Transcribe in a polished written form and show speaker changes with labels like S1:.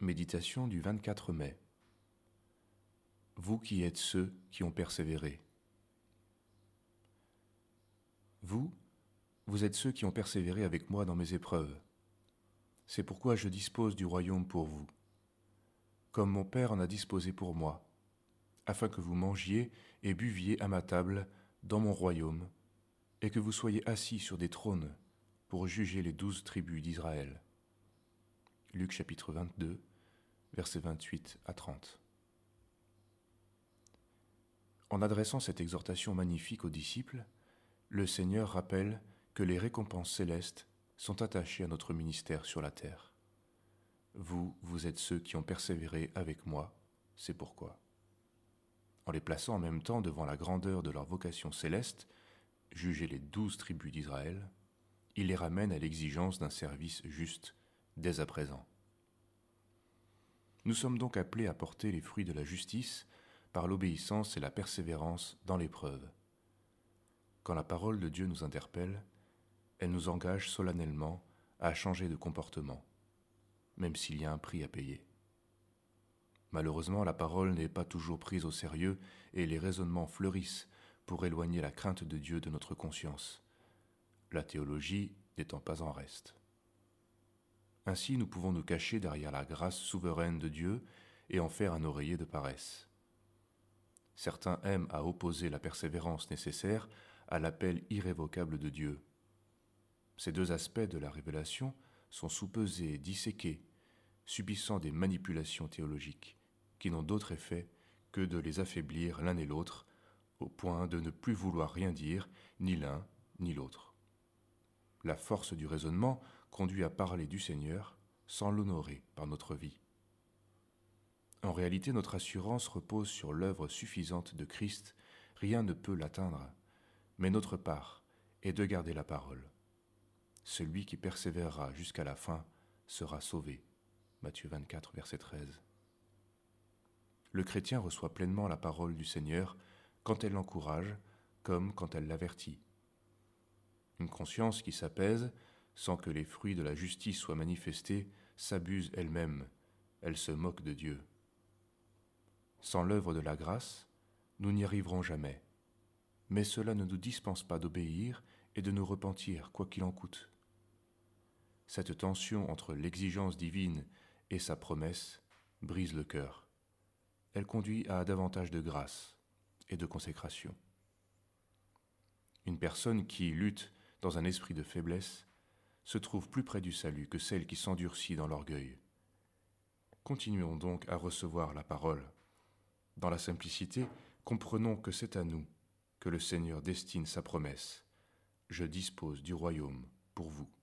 S1: Méditation du 24 mai. Vous qui êtes ceux qui ont persévéré. Vous êtes ceux qui ont persévéré avec moi dans mes épreuves. C'est pourquoi je dispose du royaume pour vous, comme mon Père en a disposé pour moi, afin que vous mangiez et buviez à ma table dans mon royaume, et que vous soyez assis sur des trônes pour juger les 12 tribus d'Israël. Luc chapitre 22, versets 28 à 30. En adressant cette exhortation magnifique aux disciples, le Seigneur rappelle que les récompenses célestes sont attachées à notre ministère sur la terre. Vous êtes ceux qui ont persévéré avec moi, c'est pourquoi. En les plaçant en même temps devant la grandeur de leur vocation céleste, juger les 12 tribus d'Israël, il les ramène à l'exigence d'un service juste dès à présent. Nous sommes donc appelés à porter les fruits de la justice par l'obéissance et la persévérance dans l'épreuve. Quand la parole de Dieu nous interpelle, elle nous engage solennellement à changer de comportement, même s'il y a un prix à payer. Malheureusement, la parole n'est pas toujours prise au sérieux et les raisonnements fleurissent pour éloigner la crainte de Dieu de notre conscience, la théologie n'étant pas en reste. Ainsi, nous pouvons nous cacher derrière la grâce souveraine de Dieu et en faire un oreiller de paresse. Certains aiment à opposer la persévérance nécessaire à l'appel irrévocable de Dieu. Ces deux aspects de la révélation sont soupesés et disséqués, subissant des manipulations théologiques qui n'ont d'autre effet que de les affaiblir l'un et l'autre, au point de ne plus vouloir rien dire, ni l'un ni l'autre. La force du raisonnement conduit à parler du Seigneur sans l'honorer par notre vie. En réalité, notre assurance repose sur l'œuvre suffisante de Christ, rien ne peut l'atteindre, mais notre part est de garder la parole. Celui qui persévérera jusqu'à la fin sera sauvé. Matthieu 24, verset 13. Le chrétien reçoit pleinement la parole du Seigneur quand elle l'encourage comme quand elle l'avertit. Une conscience qui s'apaise sans que les fruits de la justice soient manifestés s'abuse elle-même, elle se moque de Dieu. Sans l'œuvre de la grâce, nous n'y arriverons jamais, mais cela ne nous dispense pas d'obéir et de nous repentir, quoi qu'il en coûte. Cette tension entre l'exigence divine et sa promesse brise le cœur. Elle conduit à davantage de grâce et de consécration. Une personne qui lutte dans un esprit de faiblesse se trouve plus près du salut que celle qui s'endurcit dans l'orgueil. Continuons donc à recevoir la parole. Dans la simplicité, comprenons que c'est à nous que le Seigneur destine sa promesse. Je dispose du royaume pour vous.